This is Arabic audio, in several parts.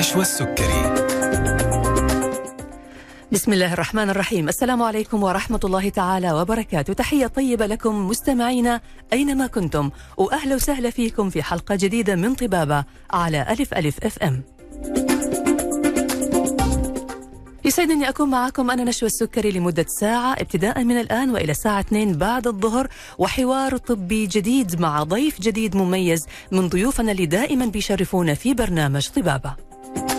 نشوى السكري. بسم الله الرحمن الرحيم. السلام عليكم ورحمة الله تعالى وبركاته. تحية طيبة لكم مستمعينا أينما كنتم، وأهلا وسهلا فيكم في حلقة جديدة من طبابة على ألف ألف اف ام. يسعدني أكون معكم أنا نشوى السكري لمدة ساعة ابتداء من الآن وإلى الساعة 2 بعد الظهر، وحوار طبي جديد مع ضيف جديد مميز من ضيوفنا اللي دائما بيشرفونا في برنامج طبابة.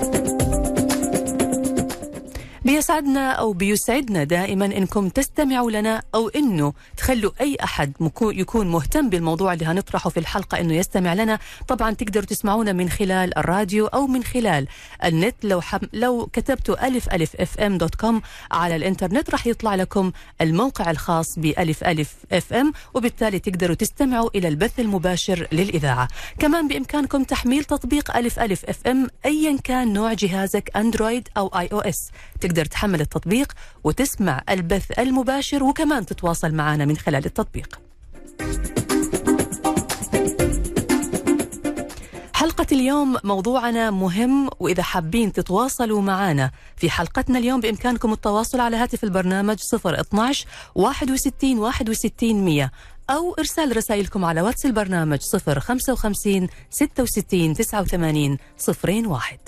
بيسعدنا أو بيسعدنا دائما إنكم تستمعوا لنا، أو إنه تخلوا أي أحد يكون مهتم بالموضوع اللي هنطرحه في الحلقة إنه يستمع لنا. طبعا تقدروا تسمعونا من خلال الراديو أو من خلال النت. لو كتبتوا alifalifm.com على الإنترنت راح يطلع لكم الموقع الخاص بألف ألف اف ام، وبالتالي تقدروا تستمعوا إلى البث المباشر للإذاعة. كمان بإمكانكم تحميل تطبيق ألف ألف اف ام أيا كان نوع جهازك، أندرويد أو آي أو إس. تقدر تحمل التطبيق وتسمع البث المباشر، وكمان تتواصل معنا من خلال التطبيق. حلقة اليوم موضوعنا مهم، وإذا حابين تتواصلوا معنا في حلقتنا اليوم بإمكانكم التواصل على هاتف البرنامج 012 61 61 100، أو إرسال رسائلكم على واتس البرنامج 055 66 89 01.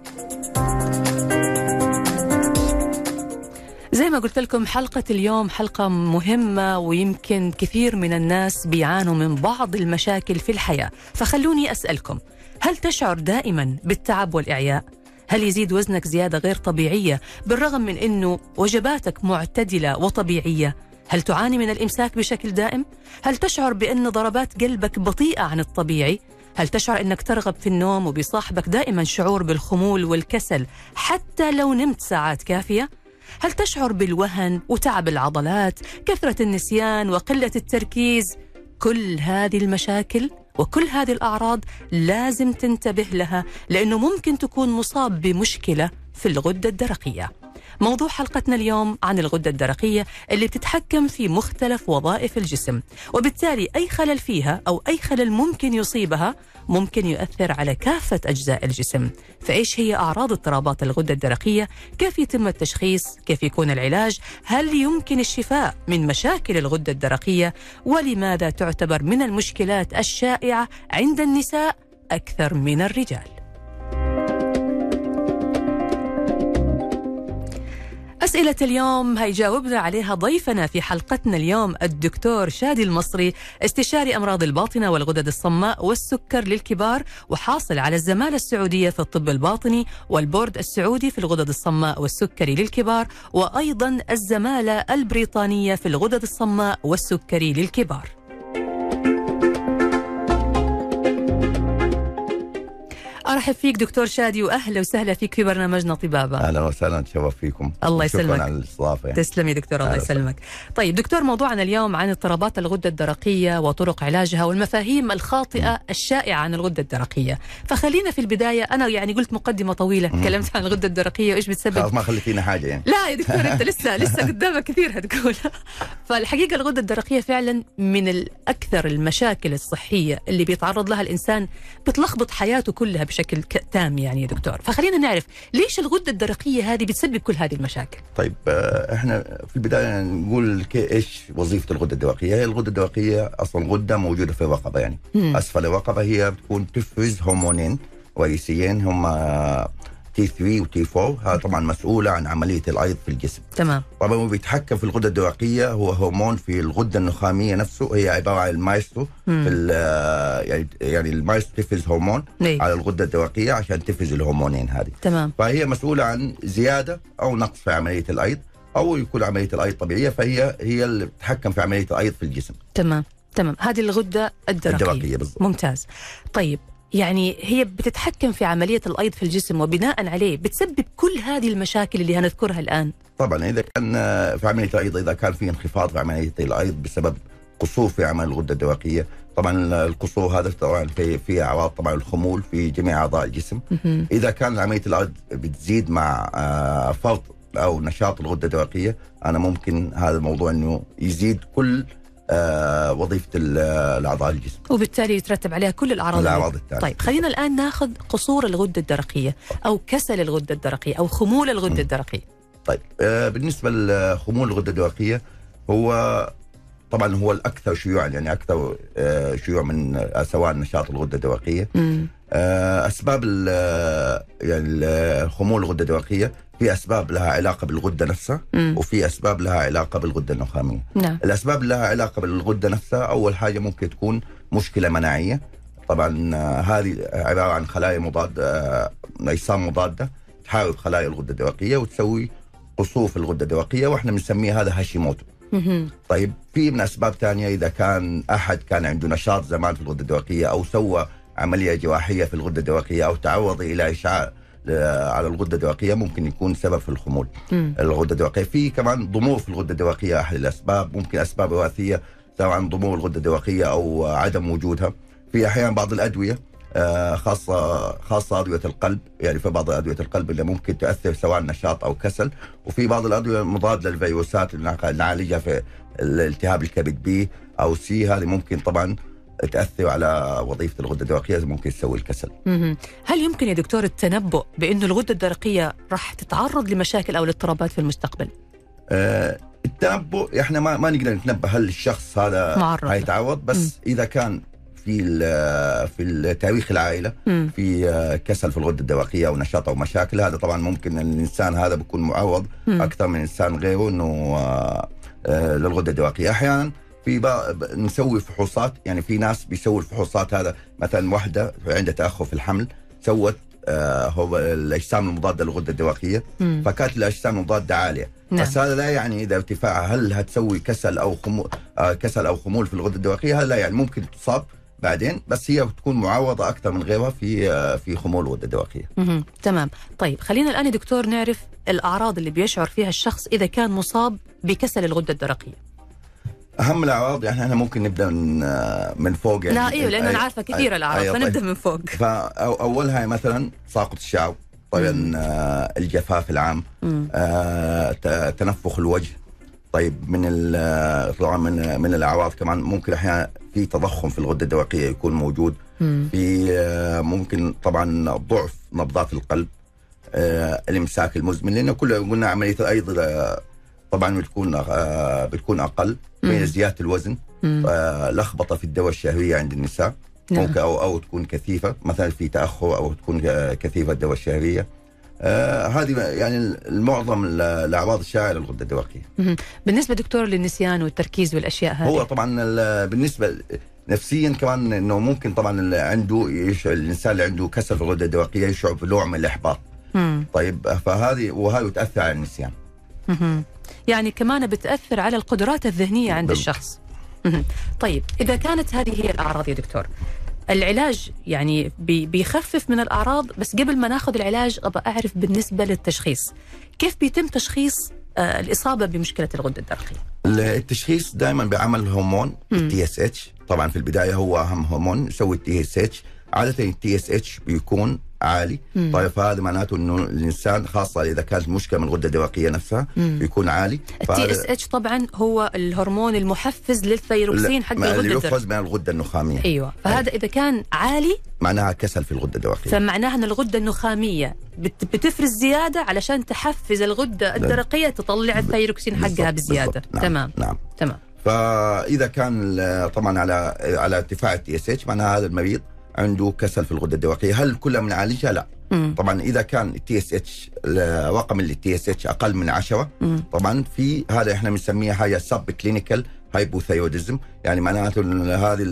زي ما قلت لكم حلقة اليوم حلقة مهمة، ويمكن كثير من الناس بيعانوا من بعض المشاكل في الحياة. فخلوني أسألكم، هل تشعر دائما بالتعب والإعياء؟ هل يزيد وزنك زيادة غير طبيعية بالرغم من أنه وجباتك معتدلة وطبيعية؟ هل تعاني من الإمساك بشكل دائم؟ هل تشعر بأن ضربات قلبك بطيئة عن الطبيعي؟ هل تشعر أنك ترغب في النوم وبصاحبك دائما شعور بالخمول والكسل حتى لو نمت ساعات كافية؟ هل تشعر بالوهن وتعب العضلات، كثرة النسيان وقلة التركيز؟ كل هذه المشاكل وكل هذه الأعراض لازم تنتبه لها، لأنه ممكن تكون مصاب بمشكلة في الغدة الدرقية. موضوع حلقتنا اليوم عن الغدة الدرقية اللي بتتحكم في مختلف وظائف الجسم، وبالتالي أي خلل فيها أو أي خلل ممكن يصيبها ممكن يؤثر على كافة أجزاء الجسم. فإيش هي أعراض اضطرابات الغدة الدرقية؟ كيف يتم التشخيص؟ كيف يكون العلاج؟ هل يمكن الشفاء من مشاكل الغدة الدرقية؟ ولماذا تعتبر من المشكلات الشائعة عند النساء أكثر من الرجال؟ أسئلة اليوم هيجاوبنا عليها ضيفنا في حلقتنا اليوم الدكتور شادي المصري، استشاري أمراض الباطنة والغدد الصماء والسكر للكبار، وحاصل على الزمالة السعودية في الطب الباطني والبورد السعودي في الغدد الصماء والسكري للكبار، وأيضا الزمالة البريطانية في الغدد الصماء والسكري للكبار. أرحب فيك دكتور شادي، وأهلا وسهلا فيك في برنامجنا طبابة. أهلا وسهلا، نتشرف فيكم. الله يسلمك. شكرا على الاستضافة. تسلم يا دكتور، الله يسلمك. طيب دكتور، موضوعنا اليوم عن اضطرابات الغدة الدرقية وطرق علاجها والمفاهيم الخاطئة الشائعة عن الغدة الدرقية. فخلينا في البداية، أنا يعني قلت مقدمة طويلة تكلمت عن الغدة الدرقية وإيش بتسبب. خلاص ما خليتينا حاجة يعني. لا يا دكتور، أنت لسه قدامك كثير هتقول. فالحقيقة الغدة الدرقية فعلا من الأكثر المشاكل الصحية اللي بيتعرض لها الإنسان، بتلخبط حياته كلها بشكل تام يعني يا دكتور. فخلينا نعرف ليش الغدة الدرقية هذه بتسبب كل هذه المشاكل. طيب احنا في البداية نقول ايش وظيفة الغدة الدرقية. هي الغدة الدرقية اصلا غدة موجودة في الرقبة، يعني اسفل الرقبة. هي بتكون تفرز هرمونين رئيسيين، هما T3 و T4. هذا طبعا مسؤولة عن عملية الأيض في الجسم. تمام. طبعا هو بيتحكم في الغدة الدرقية، هو هرمون في الغدة النخامية نفسه. هي عبارة عن المايسترو يعني المايسترو تفرز هرمون على الغدة الدرقية عشان تفرز الهرمونين هذه. تمام. فهي مسؤولة عن زيادة أو نقص في عملية الأيض، أو يكون عملية الأيض طبيعية، فهي اللي بتتحكم في عملية الأيض في الجسم. تمام. هذه الغدة الدرقية بالضبط. ممتاز. طيب يعني هي بتتحكم في عملية الأيض في الجسم، وبناء عليه بتسبب كل هذه المشاكل اللي هنذكرها الآن. طبعا إذا كان في عملية الأيض، إذا كان في انخفاض في عملية الأيض بسبب قصور في عمل الغدة الدرقية، طبعا القصور هذا طبعا في أعراض طبعا الخمول في جميع أعضاء الجسم. إذا كان عملية الأيض بتزيد مع فرط أو نشاط الغدة الدرقية، أنا ممكن هذا الموضوع إنه يزيد كل وظيفة الأعضاء الجسم، وبالتالي يترتب عليها كل الأعراض التالية. طيب خلينا الآن ناخذ قصور الغدة الدرقية أو كسل الغدة الدرقية أو خمول الغدة الدرقية. طيب بالنسبة لخمول الغدة الدرقية هو طبعا هو الأكثر شيوعا، يعني أكثر شيوع من سواء نشاط الغدة الدرقية. أسباب يعني خمول الغدة الدرقية في أسباب لها علاقة بالغدة نفسها وفي أسباب لها علاقة بالغدة النخامية. نعم. الأسباب اللي لها علاقة بالغدة نفسها أول حاجة ممكن تكون مشكلة مناعية. طبعا هذه عبارة عن خلايا مضادة، أجسام مضادة تحارب خلايا الغدة الدرقية وتسوي قصور في الغدة الدرقية، وإحنا بنسميه هذا هاشيموتو. طيب في من أسباب تانية، إذا كان أحد كان عنده نشاط زمان في الغدة الدرقية أو سوى عملية جراحية في الغدة الدرقية أو تعرض إلى إشعاع على الغدة الدرقية، ممكن يكون سبب في الخمول الغدة الدرقية. في كمان ضمور في الغدة الدرقية أحد الأسباب، ممكن أسباب وراثية سواء ضمور الغدة الدرقية أو عدم وجودها. في أحيانا بعض الأدوية خاصة أدوية القلب، يعني في بعض أدوية القلب اللي ممكن تؤثر سواء نشاط أو كسل، وفي بعض الأدوية مضادة للفيروسات اللي نعالجها في الالتهاب الكبد بي أو سي، هذه ممكن طبعا تأثر على وظيفة الغدة الدرقية، ممكن تسوي الكسل. هل يمكن يا دكتور التنبؤ بأنه الغدة الدرقية راح تتعرض لمشاكل أو الاضطرابات في المستقبل؟ التنبؤ احنا ما نقدر نتنبأ هل الشخص هذا هيتعرض، بس إذا كان في التاريخ العائلة في كسل في الغدة الدرقية أو نشاط أو مشاكل، هذا طبعا ممكن الإنسان هذا بيكون معرض أكثر من إنسان غيره إنه للغدة الدرقية. أحيانا نسوي فحوصات، يعني في ناس بيسوي الفحوصات هذا، مثلا واحدة عندها تأخر في الحمل سوت هو الأجسام المضادة للغدة الدرقية، فكانت الأجسام المضادة عالية. بس هذا لا يعني إذا ارتفاعها هل هتسوي كسل أو خمول في الغدة الدرقية، هذا لا يعني ممكن تصاب بعدين، بس هي تكون معوضة أكثر من غيرها في خمول الغدة الدرقية. تمام. طيب خلينا الآن يا دكتور نعرف الأعراض اللي بيشعر فيها الشخص إذا كان مصاب بكسل الغدة الدرقية. أهم الأعراض يعني احنا ممكن نبدأ من فوق، يعني لا أيوه لأن أنا عارفة كثير الأعراض، فنبدأ من فوق. فأولها مثلا ساقط الشعر، طبعا الجفاف العام، تنفخ الوجه. طيب طبعا من الأعراض كمان ممكن أحيانا في تضخم في الغدة الدرقية يكون موجود. في ممكن طبعا ضعف نبضات القلب، الإمساك المزمن، لأنه كله قلنا عملية الأيض طبعا بتكون أقل من زيادة الوزن، لخبطة في الدورة الشهرية عند النساء ممكن أو تكون كثيفة، مثلا في تأخر أو تكون كثيفة الدورة الشهرية. هذه يعني المعظم الأعراض الشائعة للغدة الدرقية. بالنسبة دكتور للنسيان والتركيز والأشياء هذه، هو طبعا بالنسبة نفسيا كمان إنه ممكن طبعا عنده الإنسان اللي عنده كسل في الغدة الدرقية يشعر بنوع من الإحباط. طيب وهذه تأثر على النسيان. يعني كمان بتأثر على القدرات الذهنية عند الشخص. طيب إذا كانت هذه هي الأعراض يا دكتور، العلاج يعني بيخفف من الأعراض، بس قبل ما ناخذ العلاج أبغى أعرف بالنسبة للتشخيص كيف بيتم تشخيص الإصابة بمشكلة الغدة الدرقية؟ التشخيص دائما بعمل هرمون TSH. طبعا في البداية هو أهم هرمون يسوي TSH. عادة TSH بيكون عالي. طيب فهذا معناته انه الانسان خاصه اذا كانت مشكله من الغده الدرقيه نفسها بيكون عالي. TSH طبعا هو الهرمون المحفز للثيروكسين حق الغده اللي يفرز من الغده النخاميه. ايوه، فهذا اذا كان عالي معناها كسل في الغده الدرقيه، فمعناها ان الغده النخاميه بتفرز زياده علشان تحفز الغده الدرقيه تطلع الثيروكسين حقها بزياده. نعم. تمام. فاذا كان طبعا على ارتفاع TSH معناها هذا المريض عنده كسل في الغدة الدرقية. هل كلها بنعالجها؟ لا. طبعا إذا كان TSH رقم اللي TSH أقل من 10 طبعا في هذا إحنا بنسميه حاجة سب كلينيكال هايبوثايروديزم، يعني معناته هذه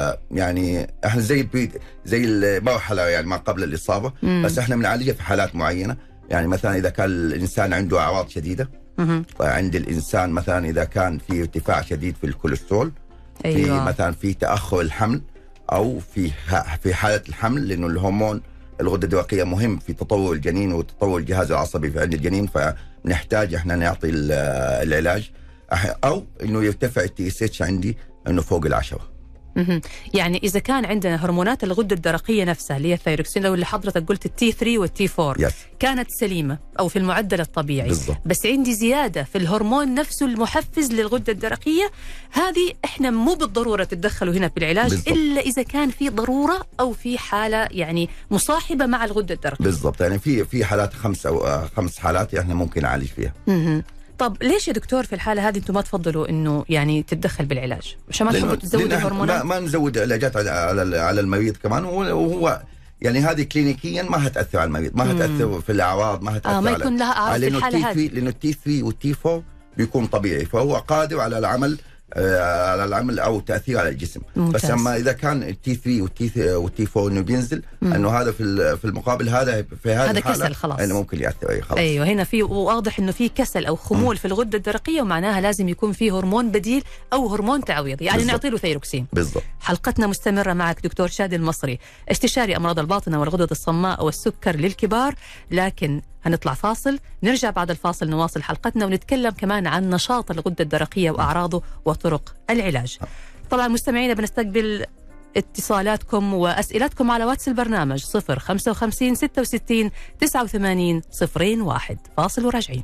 يعني إحنا زي المرحلة يعني ما قبل الإصابة، بس إحنا بنعالجها في حالات معينة. يعني مثلا إذا كان الإنسان عنده أعراض شديدة، عند الإنسان مثلا إذا كان في ارتفاع شديد في الكوليسترول، في مثلا في تأخر الحمل، أو في حالة الحمل، لأنه الهرمون الغدة الدرقية مهم في تطور الجنين وتطور الجهاز العصبي عند الجنين، فنحتاج احنا نعطي العلاج، أو إنه يرتفع TSH عندي إنه فوق 10. يعني إذا كان عندنا هرمونات الغدة الدرقية نفسها اللي هي الثايروكسين، لو اللي حضرتك قلت التي 3 والتي 4 كانت سليمة أو في المعدل الطبيعي بالضبط. بس عندي زيادة في الهرمون نفسه المحفز للغدة الدرقية، هذه إحنا مو بالضرورة تتدخلوا هنا في العلاج بالضبط. إلا إذا كان في ضرورة أو في حالة يعني مصاحبة مع الغدة الدرقية بالضبط. يعني في حالات 5 حالات إحنا ممكن نعالج فيها. طب ليش يا دكتور في الحالة هذه أنتم ما تفضلوا إنه يعني تتدخل بالعلاج؟ عشان ما تحبوا تزودوا الهرمونات؟ ما نزود علاجات على المريض كمان، وهو يعني هذه كلينيكيا ما هتأثر على المريض، ما هتأثر في الأعراض، ما هتأثر ما يكون لها أعراض في الحالة هذه، لأنه التي 3 والتي 4 بيكون طبيعي، فهو قادر على العمل او التاثير على الجسم. ممتاز. بس اما اذا كان التي 3 والتي 4 انه بينزل، انه هذا في المقابل هذا في هذه الحاله كسل خلاص، انه ممكن ياثر خلاص. ايوه هنا في واضح انه في كسل او خمول في الغده الدرقيه، ومعناها لازم يكون في هرمون بديل او هرمون تعويضي، يعني نعطي له ثيروكسين. بالضبط. حلقتنا مستمره معك دكتور شادي المصري، استشاري امراض الباطنه والغدد الصماء والسكر للكبار. لكن هنطلع فاصل، نرجع بعد الفاصل نواصل حلقتنا ونتكلم كمان عن نشاط الغدة الدرقية وأعراضه وطرق العلاج. طبعا مستمعينا بنستقبل اتصالاتكم وأسئلتكم على واتس البرنامج 055 66 89 01. فاصل وراجعين.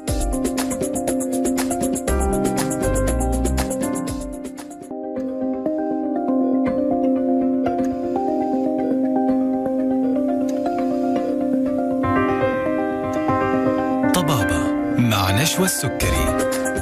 مع نشوى السكري.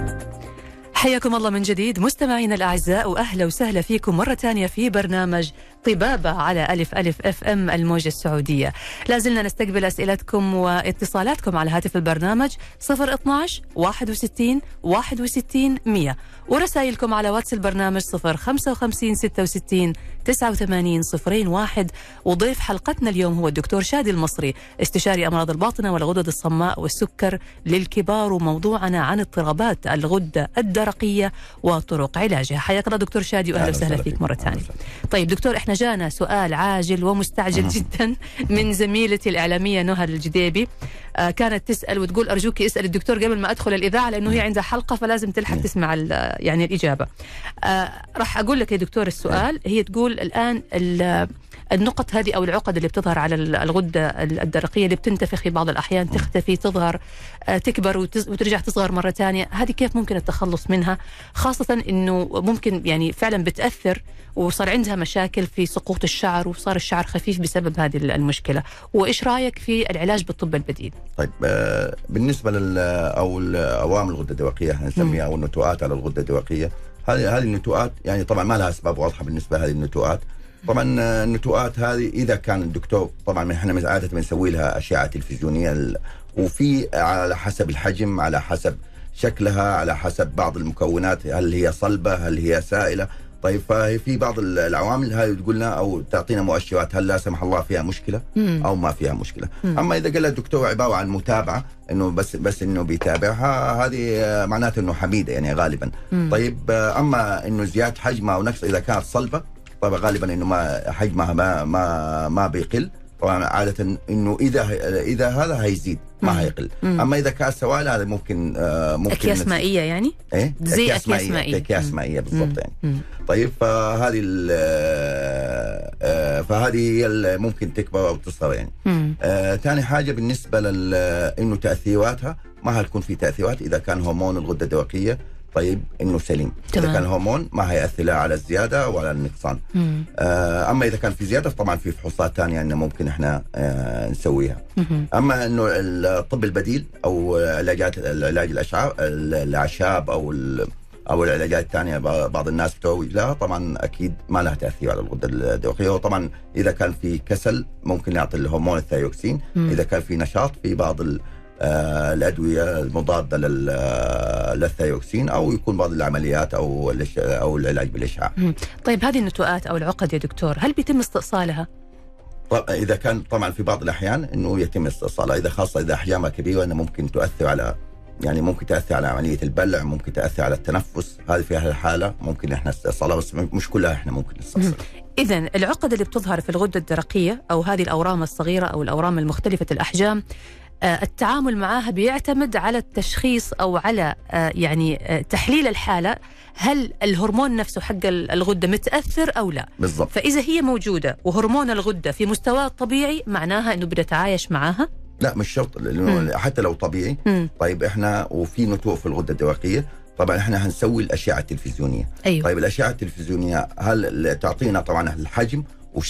حياكم الله من جديد مستمعينا الأعزاء، وأهلا وسهلا فيكم مرة ثانية في برنامج طبابة على ألف ألف اف ام الموجة السعودية. لازلنا نستقبل أسئلتكم واتصالاتكم على هاتف البرنامج 012 61 61 100، ورسائلكم على واتس البرنامج 055 66 89 01. وضيف حلقتنا اليوم هو الدكتور شادي المصري، استشاري أمراض الباطنة والغدد الصماء والسكر للكبار، وموضوعنا عن اضطرابات الغدة الدرقية وطرق علاجها. حياك الله دكتور شادي وأهلا وسهلا فيك مرة ثانية. طيب دكتور، احنا جانا سؤال عاجل ومستعجل جدا من زميلتي الإعلامية نهى الجديبي. كانت تسأل وتقول أرجوك اسأل الدكتور قبل ما أدخل الإذاعة، لأنه هي عندها حلقة فلازم تلحق تسمع يعني الإجابة. راح أقول لك يا دكتور السؤال. هي تقول الآن النقط هذه أو العقد اللي بتظهر على الغدة الدرقية اللي بتنتفخ في بعض الأحيان، تختفي، تظهر، تكبر وترجع تصغر مرة ثانية، هذه كيف ممكن التخلص منها؟ خاصة إنه ممكن يعني فعلا بتأثر وصار عندها مشاكل في سقوط الشعر وصار الشعر خفيف بسبب هذه المشكلة. وإيش رأيك في العلاج بالطب البديل؟ طيب بالنسبة أو الأوامر الغدة الدرقية هنسميها أو النتوءات على الغدة الدرقية، هذه النتوءات يعني طبعا ما لها أسباب واضحة بالنسبة لهذه النتوءات. طبعا النتوءات هذه إذا كان الدكتور، طبعا احنا عادة بنسوي لها أشعة تلفزيونية، وفي على حسب الحجم، على حسب شكلها، على حسب بعض المكونات، هل هي صلبة هل هي سائلة. طيب ففي بعض العوامل هذه تقولنا أو تعطينا مؤشرات هل لا سمح الله فيها مشكلة أو ما فيها مشكلة. أما إذا قال الدكتور عبارة عن متابعة، إنه بس إنه بيتابعها، هذه معناته إنه حميدة يعني غالبا. طيب أما إنه زيادة حجمها أو نقص إذا كانت صلبة، طبعا غالبا إنه ما حجمها ما بيقل. طبعا عادة إنه إذا هذا هيزيد ما هيقل. أما إذا كان سوائل هذا ممكن أكياس مائية يعني؟ إيه؟ زي أكياس مائية. أكياس مائية بالضبط يعني. طيب فهذه هي ممكن تكبر أو تصغر يعني. ثاني حاجة بالنسبة إنه تأثيراتها ما هتكون في تأثيرات إذا كان هرمون الغدة الدرقية طيب انه سليم. اذا كان هرمون ما هيأثر لا على الزياده ولا النقصان. اما اذا كان في زياده فطبعا في فحوصات ثانيه انه ممكن احنا نسويها. اما انه الطب البديل او العلاج الاعشاب او العلاجات الثانيه بعض الناس بتروج لها، طبعا اكيد ما لها تاثير على الغده الدرقيه. وطبعا اذا كان في كسل ممكن نعطي الهرمون الثايروكسين. اذا كان في نشاط في بعض الأدوية المضادة للثايروكسين، أو يكون بعض العمليات أو العلاج بالإشعاع. طيب هذه النتوءات أو العقد يا دكتور هل بيتم استئصالها؟ إذا كان طبعا في بعض الأحيان إنه يتم استئصالها، إذا خاصة إذا أحجامها كبيرة إنه ممكن تؤثر على عملية البلع، ممكن تأثر على التنفس. هذه في هالحالة ممكن إحنا نستئصالها، بس مش كلها إحنا ممكن نستئصلها. إذن العقد اللي بتظهر في الغدة الدرقية أو هذه الأورام الصغيرة أو الأورام المختلفة الأحجام، التعامل معها بيعتمد على التشخيص أو على يعني تحليل الحالة، هل الهرمون نفسه حق الغدة متأثر أو لا. بالضبط. فإذا هي موجودة وهرمون الغدة في مستواه الطبيعي معناها أنه بنتعايش معها؟ لا مش شرط، لأنه حتى لو طبيعي طيب إحنا وفي نتوء في الغدة الدرقية، طبعا إحنا هنسوي الأشعة التلفزيونية. أيوه. طيب الأشعة التلفزيونية هل تعطينا طبعا الحجم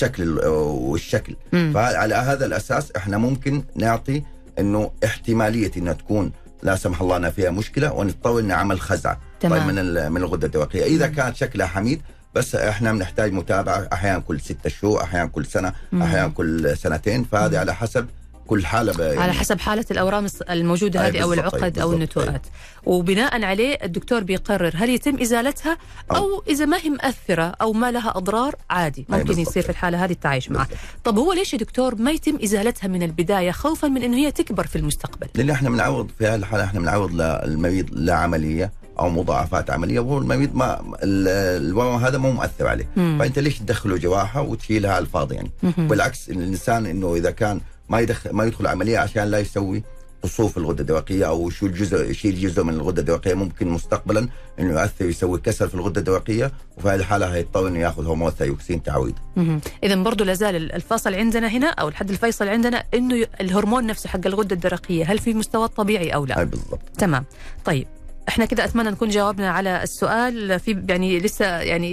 والشكل. فعلى هذا الأساس إحنا ممكن نعطي إنه احتمالية إنها تكون لا سمح الله أنها فيها مشكلة ونضطر نعمل خزعة. طيب من الغدة الدرقية إذا كانت شكلها حميد، بس إحنا بنحتاج متابعة أحيانا كل 6 شهور، أحيانا كل سنة، أحيانا كل سنتين. فهذه على حسب كل حالة يعني على حسب حالة الأورام الموجودة هذه أو العقد أو النتوءات. وبناء عليه الدكتور بيقرر هل يتم إزالتها أو إذا ما هي مؤثرة أو ما لها أضرار عادي ممكن يصير في الحالة هذه التعايش معها. طب هو ليش يا دكتور ما يتم إزالتها من البداية خوفا من أنه هي تكبر في المستقبل؟ لأن إحنا بنعوض في هذه الحالة، إحنا بنعوض للمريض لا عملية أو مضاعفات عملية، وهو المريض ما الورم هذا مو مؤثر عليه. فأنت ليش تدخله جراحة وتشيلها على الفاضي يعني؟ بالعكس الإنسان إنه إذا كان ما يدخل عملية عشان لا يسوي قصور في الغدة الدرقية أو يشيل جزء من الغدة الدرقية، ممكن مستقبلا إنه يؤثر يسوي كسر في الغدة الدرقية، وفي هذه الحالة هيضطر إنه يأخذ هرمون ثايروكسين تعويض. إذا برضو لازال الفاصل عندنا هنا أو الحد الفيصل عندنا إنه الهرمون نفسه حق الغدة الدرقية هل في مستوى الطبيعي أو لا؟ بالضبط. تمام. طيب احنا كده اتمنى نكون جاوبنا على السؤال. في يعني لسه يعني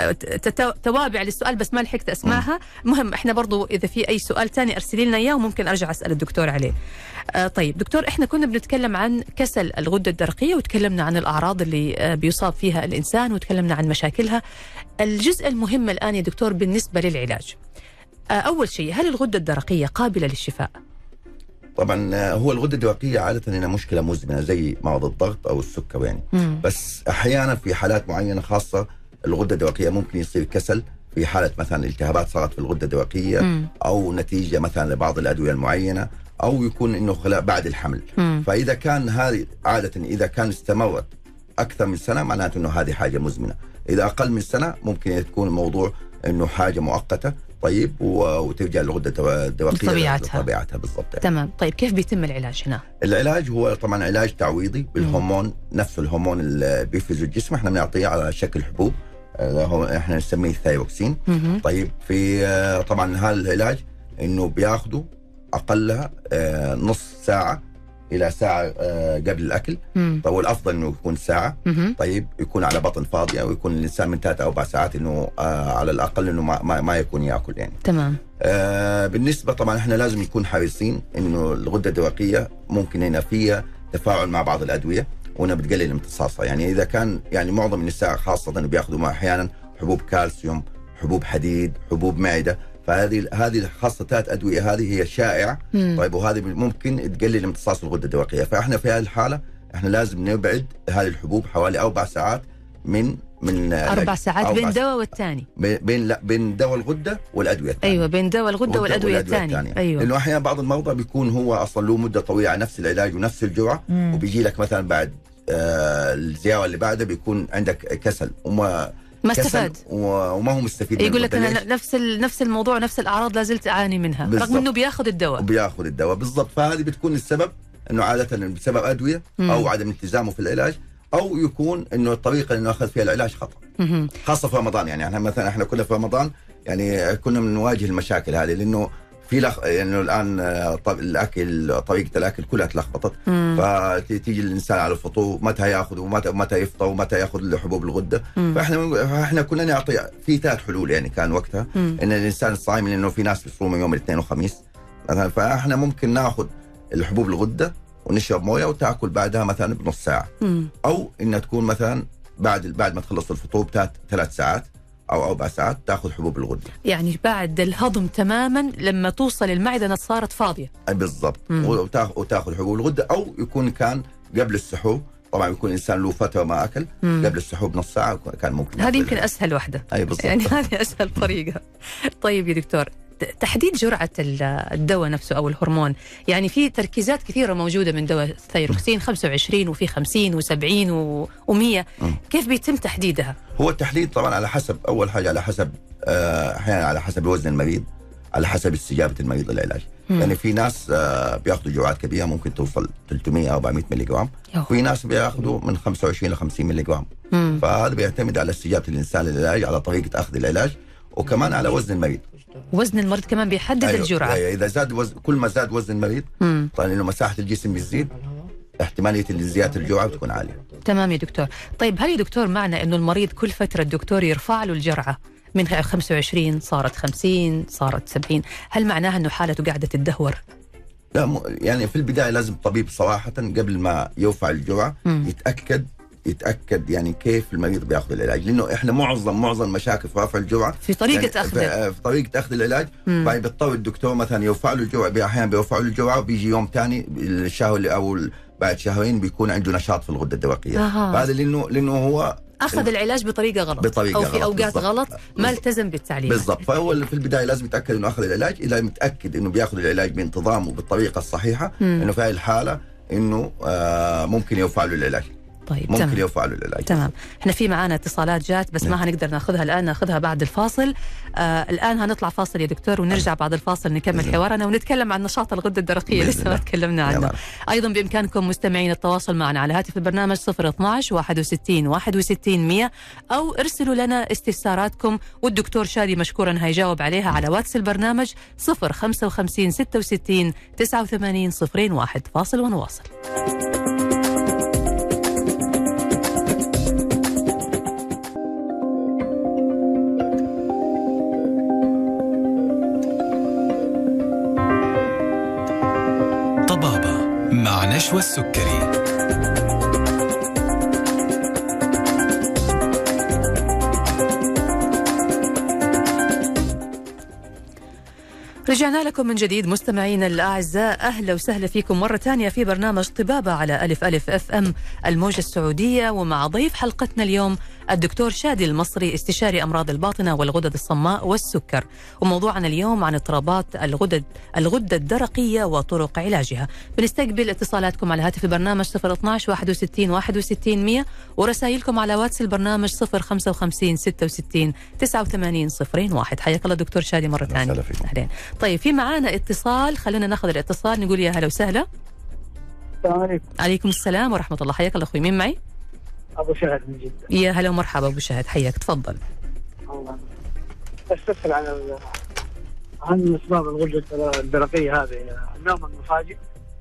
توابع للسؤال بس ما لحقت اسمعها. مهم احنا برضو اذا في اي سؤال تاني ارسلي لنا اياه وممكن ارجع اسال الدكتور عليه. طيب دكتور، احنا كنا بنتكلم عن كسل الغده الدرقيه وتكلمنا عن الاعراض اللي بيصاب فيها الانسان وتكلمنا عن مشاكلها. الجزء المهم الان يا دكتور بالنسبه للعلاج، اول شيء هل الغده الدرقيه قابله للشفاء؟ طبعا هو الغدة الدرقية عادة هنا مشكلة مزمنة زي مرض الضغط أو السكر يعني. بس أحيانا في حالات معينة خاصة الغدة الدرقية ممكن يصير كسل في حالة مثلا التهابات صارت في الغدة الدرقية أو نتيجة مثلا لبعض الأدوية المعينة، أو يكون إنه بعد الحمل. فإذا كان هذه عادة إذا كان استمرت أكثر من سنة معناته إنه هذه حاجة مزمنة. إذا أقل من سنة ممكن تكون الموضوع إنه حاجة مؤقتة طيب وترجع الغدة الدرقية لطبيعتها بالضبط يعني. تمام. طيب كيف بيتم العلاج هنا؟ العلاج هو طبعا علاج تعويضي بالهرمون نفسه، الهرمون اللي بيفرزه الجسم احنا بنعطيه على شكل حبوب، احنا نسميه الثايروكسين. طيب في طبعا هذا العلاج انه بياخده اقلها نص ساعة الى ساعة قبل الاكل. طيب والافضل انه يكون ساعة. طيب يكون على بطن فاضية ويكون الانسان من 3 أو 4 ساعات انه على الاقل انه ما يكون ياكل يعني. تمام. بالنسبة طبعا احنا لازم نكون حريصين انه الغدة الدرقية ممكن هنا فيها تفاعل مع بعض الادوية وهنا بتقلل امتصاصها. يعني اذا كان يعني معظم النساء خاصة انه بياخذوا احيانا حبوب كالسيوم، حبوب حديد، حبوب معدة، فهذه خاصة 3 أدوية هذه هي شائعة. طيب وهذه ممكن تقلل امتصاص الغدة الدرقية. فاحنا في هذه الحالة احنا لازم نبعد هذه الحبوب حوالي 4 ساعات من 4 ساعات بين دواء والثاني، بين دواء الغدة والأدوية الثانية. أيوة بين دواء الغدة والأدوية الثانية. أيوة. لأنه أحيانا بعض المرضى بيكون هو أصلا له مدة طويلة على نفس العلاج ونفس الجرعة وبيجي لك مثلا بعد الزيارة اللي بعدها بيكون عندك كسل ما استفاد وما هو مستفيد. يقول لك أنا نفس الموضوع نفس الأعراض لازلت أعاني منها بالزبط. رغم أنه بياخذ الدواء بالضبط. فهذه بتكون السبب أنه عادة بسبب أدوية أو عدم التزامه في العلاج، أو يكون أنه الطريقة اللي أخذ فيها العلاج خطأ. خاصة في رمضان يعني مثلا احنا كنا في رمضان يعني كنا بنواجه المشاكل هذه، لأنه في يعني الآن الأكل طريقة الأكل كلها تلخبطت. فتيجي الإنسان على الفطور متى يأخذ ومتى يفطر ومتى يأخذ حبوب الغدة. فإحنا كنا نعطي في 3 حلول يعني كان وقتها إن الإنسان الصائم، لأنه في ناس بيصوموا يوم الاثنين والخميس مثلا، فإحنا ممكن نأخذ الحبوب الغدة ونشرب موية وتأكل بعدها مثلا بنص ساعة. أو إنها تكون مثلا بعد ما تخلص الفطور 3 ساعات أو 4 ساعات تأخذ حبوب الغدة. يعني بعد الهضم تماما لما توصل المعدة صارت فاضية. بالضبط. وتأخذ حبوب الغدة، أو يكون كان قبل السحور. طبعا يكون الإنسان له فترة ما أكل قبل السحور بنص ساعة كان ممكن. هذه يمكن أسهل واحدة. أي بالضبط. يعني هذه أسهل طريقة. طيب يا دكتور، تحديد جرعة الدواء نفسه أو الهرمون، يعني في تركيزات كثيرة موجودة من دواء الثايروكسين 25 وفي 50 و70 و100. كيف بيتم تحديدها؟ هو التحديد طبعا على حسب، أول حاجة على حسب أحيانا على حسب وزن المريض، على حسب استجابة المريض للعلاج. يعني في ناس بياخذوا جرعات كبيره ممكن توصل 300 400 ملي جرام، وفي ناس بياخذوا من 25 ل 50 ملي جرام. فهذا بيعتمد على استجابه الانسان للعلاج، على طريقه اخذ العلاج، وكمان على وزن المريض. وزن المريض كمان بيحدد الجرعه. اذا زاد كل ما زاد وزن المريض طبعا انه مساحه الجسم بتزيد، احتماليه زياده الجرعه بتكون عاليه. تمام يا دكتور. طيب هل يا دكتور معنى انه المريض كل فتره الدكتور يرفع له الجرعه من 25 صارت 50 صارت 70، هل معناها انه حالته قاعده تدهور؟ لا يعني في البدايه لازم الطبيب صراحه قبل ما يرفع الجرعه يتاكد يعني كيف المريض بياخذ العلاج، لانه احنا معظم مشاكل في رفع الجرعه في طريقه يعني اخذ في طريقه اخذ العلاج. فبيضطر الدكتور مثلا يرفع له الجرعه، احيانا بيرفع له الجرعه وبيجي يوم ثاني الشهر او بعد شهرين بيكون عنده نشاط في الغده الدرقيه. هذا لانه هو اخذ العلاج بطريقه غلط او في اوقات بالضبط. غلط ما التزم بالتعليمات بالضبط. فهو في البدايه لازم يتاكد انه اخذ العلاج، اذا متاكد انه بياخذ العلاج بانتظام وبالطريقه الصحيحه انه في هذه الحاله انه ممكن يرفع له العلاج. طيب ممكن يرفع له العلاج. تمام. احنا في معانا اتصالات جات بس ما هنقدر ناخذها الان، ناخذها بعد الفاصل. الان هنطلع فاصل يا دكتور ونرجع بعد الفاصل نكمل حوارنا ونتكلم عن نشاط الغده الدرقيه لسه ما تكلمنا عنه. ايضا بامكانكم مستمعين التواصل معنا على هاتف البرنامج 012 61 61 100 او ارسلوا لنا استفساراتكم والدكتور شادي مشكورا هيجاوب عليها على واتس البرنامج 055 66 89 01. فاصل ونواصل. طبابة مع نشوى السكري. رجعنا لكم من جديد مستمعينا الأعزاء، أهلا وسهلا فيكم مرة ثانية في برنامج طبابة على ألف ألف اف ام الموجة السعودية، ومع ضيف حلقتنا اليوم الدكتور شادي المصري استشاري أمراض الباطنة والغدد الصماء والسكر، وموضوعنا اليوم عن اضطرابات الغدة الدرقية وطرق علاجها. بنستقبل اتصالاتكم على هاتف البرنامج 012 61 61 100 ورسائلكم على واتس البرنامج 055 66 89 01. حياك الله دكتور شادي مرة ثانية. أهلين. طيب في معانا اتصال، خلونا ناخذ الاتصال نقول يا هلا وسهلا. السلام عليكم. عليكم السلام ورحمة الله. حياك الله أخوي، مين معي؟ أبو شهد من جدة. يا هلا ومرحبا أبو شهد، حياك تفضل. الله أستفسر عن أسباب الغدة الدرقية هذه، النوم المفاجئ.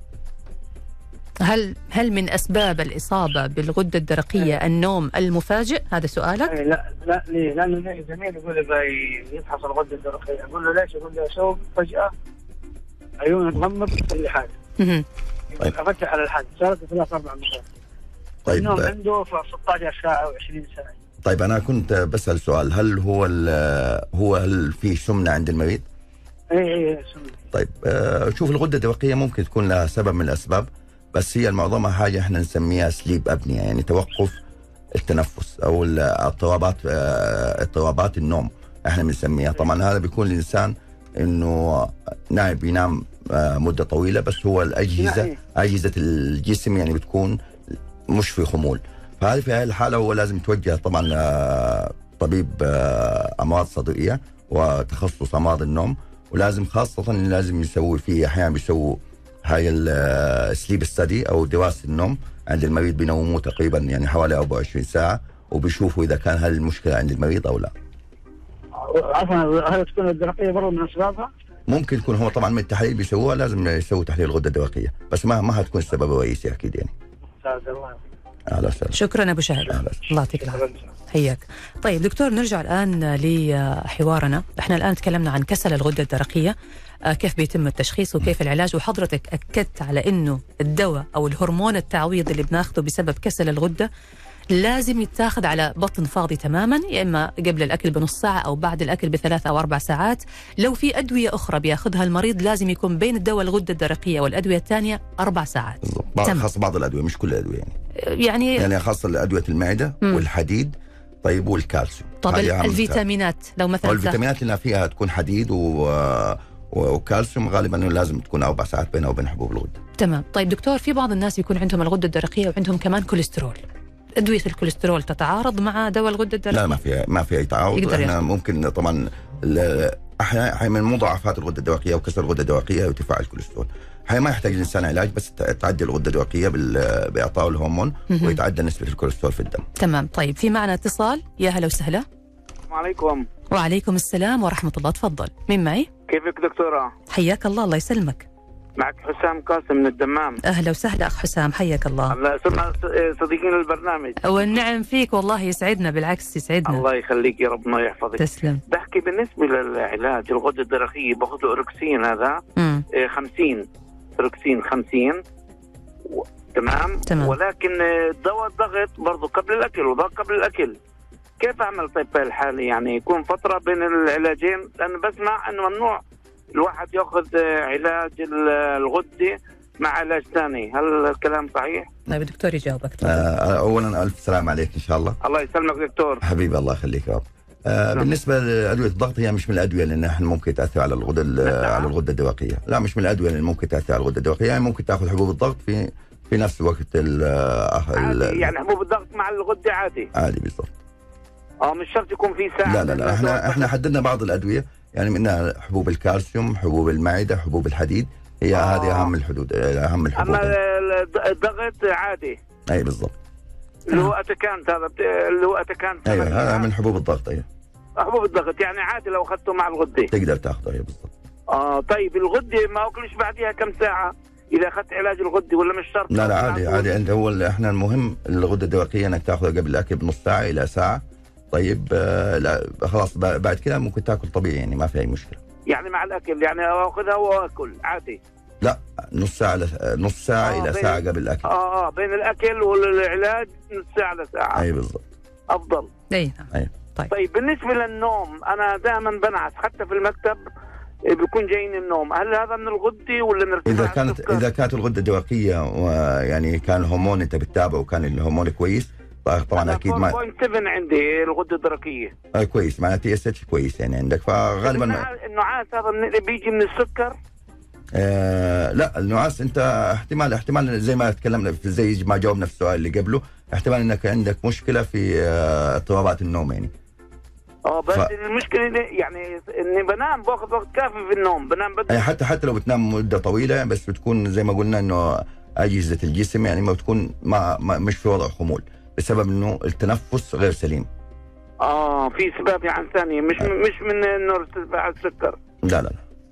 هل من أسباب الإصابة بالغدة الدرقية النوم المفاجئ؟ هذا سؤالك؟ لا ليه؟ لأنه زميل يقول لي يفحص الغدة الدرقية، أقول له ليش؟ يقول لي أشوف فجأة عيونه تغمض كل حاجة. أفتح على الحد صارت 3-4 مرات. طيب النوم عنده في 16 ساعة و20 ساعة. طيب أنا كنت بسأل سؤال، هل هل في سمنة عند المريض؟ إيه سمنة. طيب شوف الغدة الدرقية ممكن تكون لها سبب من الأسباب، بس هي معظمها حاجة احنا نسميها سليب أبنية، يعني توقف التنفس أو اضطرابات النوم احنا بنسميها. طبعا هذا بيكون الإنسان إنه نايم بينام مدة طويلة، بس هو أجهزة الجسم يعني بتكون مش في خمول. فهذه في هذه الحالة هو لازم يتوجه طبعا طبيب أمراض صدرية وتخصص أمراض النوم، ولازم خاصة لازم يسوي فيه أحيانا بيسووا هاي السليب ستدي أو دراسة النوم عند المريض، بينوموه تقريبا يعني حوالي 24 ساعة وبيشوفوا إذا كان هل المشكلة عند المريض أو لا. عفوا، هل تكون الدرقية برضه من أسبابها؟ ممكن يكون هو طبعا من التحاليل بيسووها، لازم يسوي تحليل الغدة الدرقية، بس ما هتكون السبب الرئيسي أكيد يعني. شكرا أبو شهد، الله يعطيك العافية، حياك. طيب دكتور، نرجع الآن لحوارنا. احنا الآن تكلمنا عن كسل الغدة الدرقية، كيف بيتم التشخيص وكيف العلاج، وحضرتك أكدت على إنه الدواء أو الهرمون التعويض اللي بناخده بسبب كسل الغدة لازم يتاخذ على بطن فاضي تماما، يا إما قبل الأكل بنص ساعة أو بعد الأكل ب3 أو 4 ساعات. لو في أدوية أخرى بياخذها المريض لازم يكون بين الدواء الغدة الدرقية والأدوية الثانية 4 ساعات. خاصة بعض الأدوية، مش كل الأدوية يعني خاصة أدوية المعدة والحديد طيب والكالسيوم. طب الفيتامينات لو مثلا الفيتامينات اللي فيها تكون حديد وكالسيوم غالبا لازم تكون 4 ساعات بينها وبين حبوب الغدة. تمام. طيب دكتور، في بعض الناس بيكون عندهم الغدة الدرقية وعندهم كمان كوليسترول، أدوية الكوليسترول تتعارض مع دواء الغدة الدرقية؟ لا، ما في أي تعارض. احنا ممكن طبعا احيانا من مضاعفات الغده الدرقيه وكسر الغده الدرقيه ارتفاع الكوليسترول. احيانا ما يحتاج الانسان علاج، بس تعدي الغده الدرقيه باعطاء الهرمون ويتعدى نسبه الكوليسترول في الدم. تمام. طيب في معنا اتصال، يا هلا وسهلا. السلام عليكم. وعليكم السلام ورحمه الله، تفضل. مين معي؟ كيفك دكتورة؟ حياك الله، الله يسلمك. معك حسام قاسم من الدمام. اهلا وسهلا اخ حسام، حياك الله. الله سمع صديقين البرنامج. والنعم فيك والله، يسعدنا، بالعكس يسعدنا. الله يخليك يا ربنا يحفظك. تسلم. بحكي بالنسبة للعلاج الغدة الدرقية باخذ له أوركسين، هذا 50 أوركسين 50 تمام. ولكن دواء الضغط برضه قبل الأكل وضغط قبل الأكل. كيف أعمل طيب في الحالة؟ يعني يكون فترة بين العلاجين، لأن بسمع أنه ممنوع الواحد يأخذ علاج الغدة مع علاج ثاني، هل الكلام صحيح؟ طيب الدكتور يجاوبك. اولا الف سلام عليك ان شاء الله. الله يسلمك دكتور. حبيبي الله يخليك يا رب. بالنسبه لادويه الضغط، هي مش من الادويه لانها ممكن تاثر على الغده الدرقيه. لا، مش من الادويه اللي ممكن تاثر على الغده الدرقيه. يعني ممكن تاخذ حبوب الضغط في نفس الوقت عادي. يعني حبوب الضغط مع الغده عادي بالضبط. مش شرط يكون في ساعه. لا احنا حددنا بعض الادويه، يعني منها حبوب الكالسيوم، حبوب المعده، حبوب الحديد. هي هذه اهم الحدود، اهم الحبوب. اما الضغط عادي. اي بالضبط. اللي هو اتكانت، هذا اللي هو اتكانت. ايوه هذا من حبوب الضغط. ايوه حبوب الضغط يعني عادي لو اخذته مع الغده تقدر تاخذه. ايوه بالضبط. طيب الغده ما اكلش بعدها كم ساعه اذا اخذت علاج الغده ولا مش شرط؟ لا عادي. انت احنا المهم الغده الدرقيه انك تاخذها قبل الاكل بنص ساعه الى ساعه. طيب لا خلاص بعد كده ممكن تاكل طبيعي، يعني ما في اي مشكله. يعني مع الاكل يعني اخذها واكل عادي؟ لا، نص ساعه الى ساعه قبل الاكل. بين الاكل والعلاج نص ساعه لساعه. اي بالضبط. افضل. اي. طيب بالنسبه للنوم، انا دائما بنعس حتى في المكتب بيكون جايين النوم، هل هذا من الغده ولا من ارتفاع اذا كانت الغده الدرقيه ويعني كان الهرمون انت بتتابعه وكان الهرمون كويس، طبعا اكيد 4.7 عندي الغده الدرقيه. كويس، معناته تي اس اتش كويس يعني عندك، فغالبا النعاس هذا بيجي من السكر. لا، النعاس انت احتمال زي ما تكلمنا زي ما جاوبنا في السؤال اللي قبله، احتمال انك عندك مشكله في اضطرابات النوم يعني. بس المشكله يعني اني بنام باخذ وقت كافي في النوم، بنام بدري. حتى لو بتنام مده طويله، بس بتكون زي ما قلنا انه اجهزه الجسم يعني ما بتكون مش في وضع خمول بسبب انه التنفس غير سليم. في اسباب يعني ثانيه مش من انه ارتفاع السكر. لا.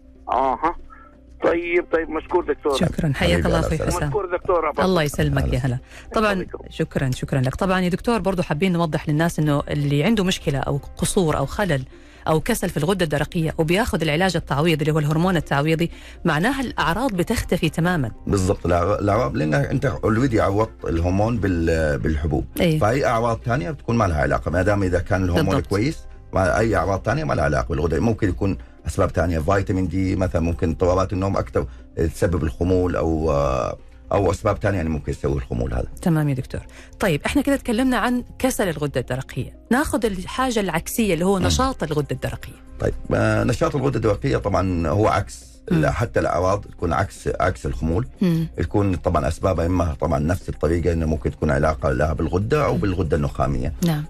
طيب مشكور دكتور. شكرا، حياك الله اخوي حسام. مشكور دكتور. الله يسلمك يا هلا. طبعا شكرا لك. طبعا يا دكتور برضو حابين نوضح للناس انه اللي عنده مشكله او قصور او خلل او كسل في الغده الدرقيه وبياخذ العلاج التعويضي اللي هو الهرمون التعويضي، معناها الاعراض بتختفي تماما. بالضبط، الاعراض لان انت اوريدي عوضت الهرمون بالحبوب. فاي اعراض ثانيه بتكون ما لها علاقه، ما دام اذا كان الهرمون بالضبط كويس، اي اعراض ثانيه ما لها علاقه بالغده. ممكن يكون اسباب ثانيه، فيتامين دي مثلا، ممكن اضطرابات النوم اكثر تسبب الخمول او اسباب ثانيه يعني ممكن تسوي الخمول هذا. تمام يا دكتور. طيب احنا كده تكلمنا عن كسل الغده الدرقيه، ناخذ الحاجه العكسيه اللي هو نشاط الغده الدرقيه. طيب نشاط الغده الدرقيه طبعا هو عكس حتى الاعراض تكون عكس الخمول. تكون طبعا اسبابها اما طبعا نفس الطريقه، انه ممكن تكون علاقه لها بالغده او بالغده النخاميه. نعم.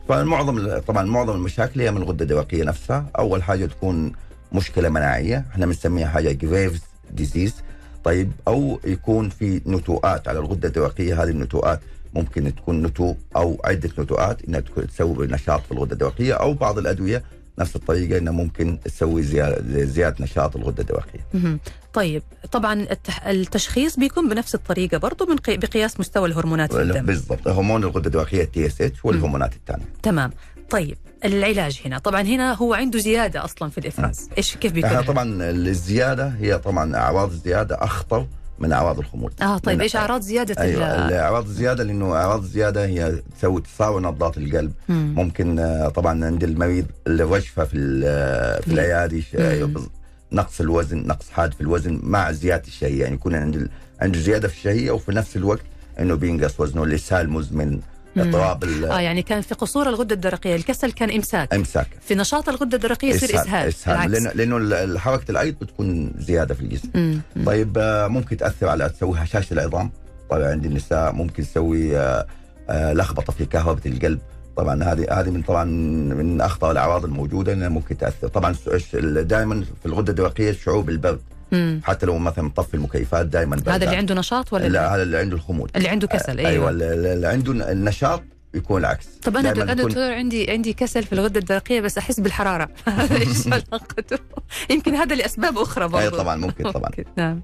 معظم المشاكل هي من الغده الدرقيه نفسها. اول حاجه تكون مشكله مناعيه، احنا بنسميها حاجه جريفز ديزيز. طيب او يكون في نتوءات على الغده الدرقيه. هذه النتوءات ممكن تكون نتوء او عده نتوءات انها تسوي نشاط في الغده الدرقيه، او بعض الادويه نفس الطريقه انها ممكن تسوي زياده نشاط الغده الدرقيه. طيب طبعا التشخيص بيكون بنفس الطريقه برضه بقياس مستوى الهرمونات في الدم. بالضبط، هرمون الغده الدرقيه تي اس اتش والهرمونات الثانيه. تمام. طيب العلاج هنا هو عنده زياده اصلا في الافراز، كيف بيكون؟ طبعا الزياده هي طبعا اعراض الزياده اخطر من اعراض الخمول. طيب ايش اعراض زياده؟ اعراض الزياده، لانه اعراض الزياده هي تسوي تصاوي نبضات القلب. ممكن طبعا عند المريض الرجفه في الايادي، نقص الوزن، نقص حاد في الوزن مع زياده الشهيه، يعني يكون عنده زياده في الشهيه وفي نفس الوقت انه بينقص وزنه، الاسهال مزمن، اضطراب يعني كان في قصور الغده الدرقيه الكسل كان امساك. في نشاط الغده الدرقيه يصير اسهال. لانه حركه الايض بتكون زياده في الجسم. طيب ممكن تسوي هشاشه العظام. طبعا عند النساء ممكن تسوي لخبطه في كهربة القلب، طبعا هذه من اخطر الاعراض الموجوده انها ممكن تاثر. طبعا دائما في الغده الدرقيه شعور بالبرد، حتى لو مثلا مطفي المكيفات دائما برد. هذا اللي عنده نشاط ولا لا؟ هذا اللي عنده الخمول، اللي عنده كسل. ايوه اللي عنده النشاط يكون العكس. طب انا دكتور عندي كسل في الغده الدرقيه بس احس بالحراره. ايش علاقته؟ يمكن هذا لاسباب اخرى برضه. اي طبعا ممكن طبعا. نعم.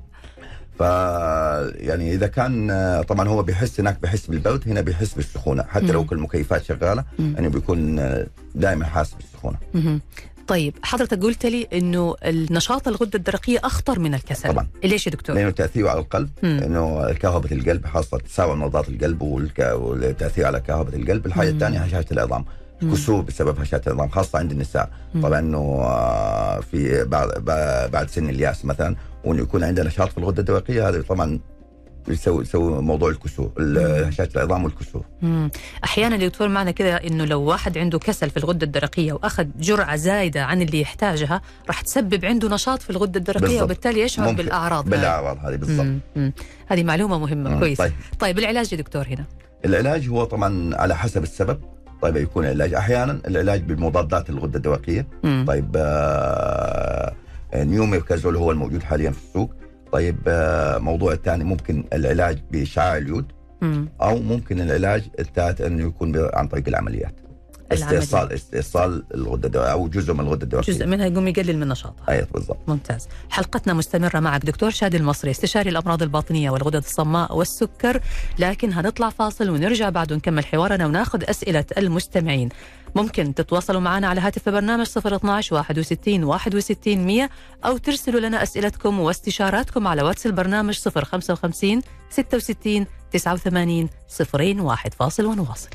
يعني اذا كان طبعا هو بيحس هناك بيحس بالبرد، هنا بيحس بالسخونه، حتى لو كل المكيفات شغاله انه بيكون دائما حاسس بالسخونه. طيب حضرتك قلت لي انه النشاط الغده الدرقيه اخطر من الكسل. طبعا. ليش يا دكتور؟ لانه تاثيره على القلب، انه كهرباء القلب خاصه تساوي نبضات القلب والتاثير على كهرباء القلب. الحاجه الثانيه هشاشه العظام، كسور بسبب هشاشه العظام خاصه عند النساء. طبعا انه في بعد سن الياس مثلا، وانه يكون عنده نشاط في الغده الدرقيه، هذا طبعا يسوي موضوع الكسور، هشاشة العظام والكسور. احيانا دكتور معنى كذا انه لو واحد عنده كسل في الغده الدرقيه واخذ جرعه زايده عن اللي يحتاجها راح تسبب عنده نشاط في الغده الدرقيه بالضبط. وبالتالي يشعر بالاعراض هذه بالضبط. هذه معلومه مهمه. كويس. طيب العلاج يا دكتور هنا؟ العلاج هو طبعا على حسب السبب. طيب يكون العلاج احيانا العلاج بالمضادات الغده الدرقيه. طيب نيوميركازول هو الموجود حاليا في السوق. طيب موضوع الثاني ممكن العلاج بشعاع اليود، او ممكن العلاج الثالث انه يكون عن طريق العمليات. استئصال الغده الدرقيه او جزء من الغده الدرقيه، جزء منها يقوم يقلل من نشاطها. ايوه بالضبط. ممتاز. حلقتنا مستمره معك دكتور شادي المصري، استشاري الامراض الباطنيه والغدد الصماء والسكر، لكن هنطلع فاصل ونرجع بعد ونكمل حوارنا وناخذ اسئله المستمعين. ممكن تتواصلوا معنا على هاتف البرنامج 012 61 61 100 أو ترسلوا لنا أسئلتكم واستشاراتكم على واتس البرنامج 055 66 89 01. فاصل ونواصل.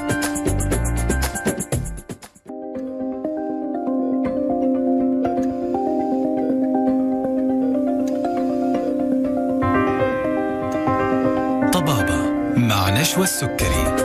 طبابة مع نشوى السكري.